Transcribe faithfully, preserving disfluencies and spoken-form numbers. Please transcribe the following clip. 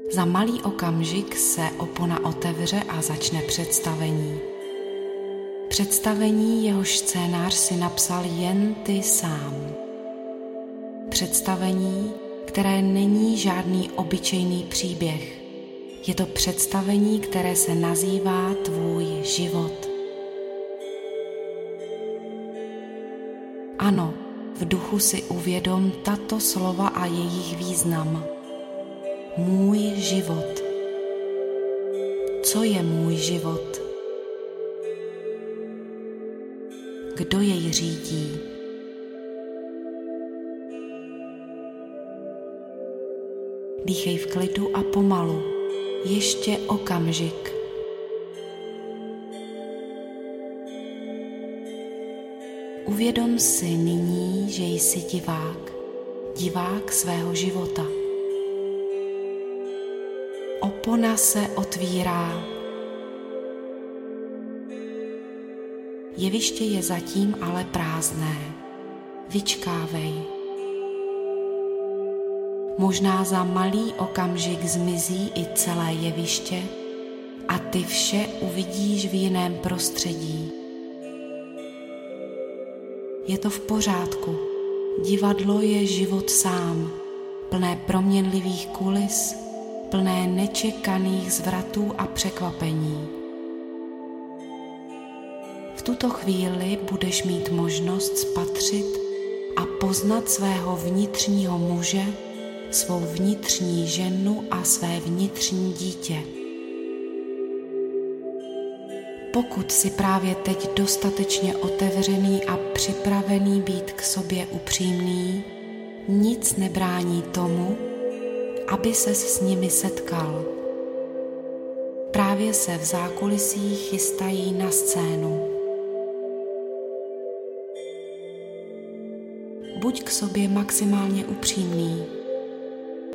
Za malý okamžik se opona otevře a začne představení. Představení, jehož scénář si napsal jen ty sám. Představení, které není žádný obyčejný příběh. Je to představení, které se nazývá tvůj život. Ano, v duchu si uvědom tato slova a jejich význam. Můj život. Co je můj život? Kdo jej řídí? Dýchej v klidu a pomalu, ještě okamžik. Uvědom si nyní, že jsi divák, divák svého života. Opona se otvírá. Jeviště je zatím ale prázdné. Vyčkávej. Možná za malý okamžik zmizí i celé jeviště a ty vše uvidíš v jiném prostředí. Je to v pořádku. Divadlo je život sám, plné proměnlivých kulis, plné nečekaných zvratů a překvapení. V tuto chvíli budeš mít možnost spatřit a poznat svého vnitřního muže, svou vnitřní ženu a své vnitřní dítě. Pokud jsi právě teď dostatečně otevřený a připravený být k sobě upřímný, nic nebrání tomu, aby ses s nimi setkal. Právě se v zákulisí chystají na scénu. Buď k sobě maximálně upřímný.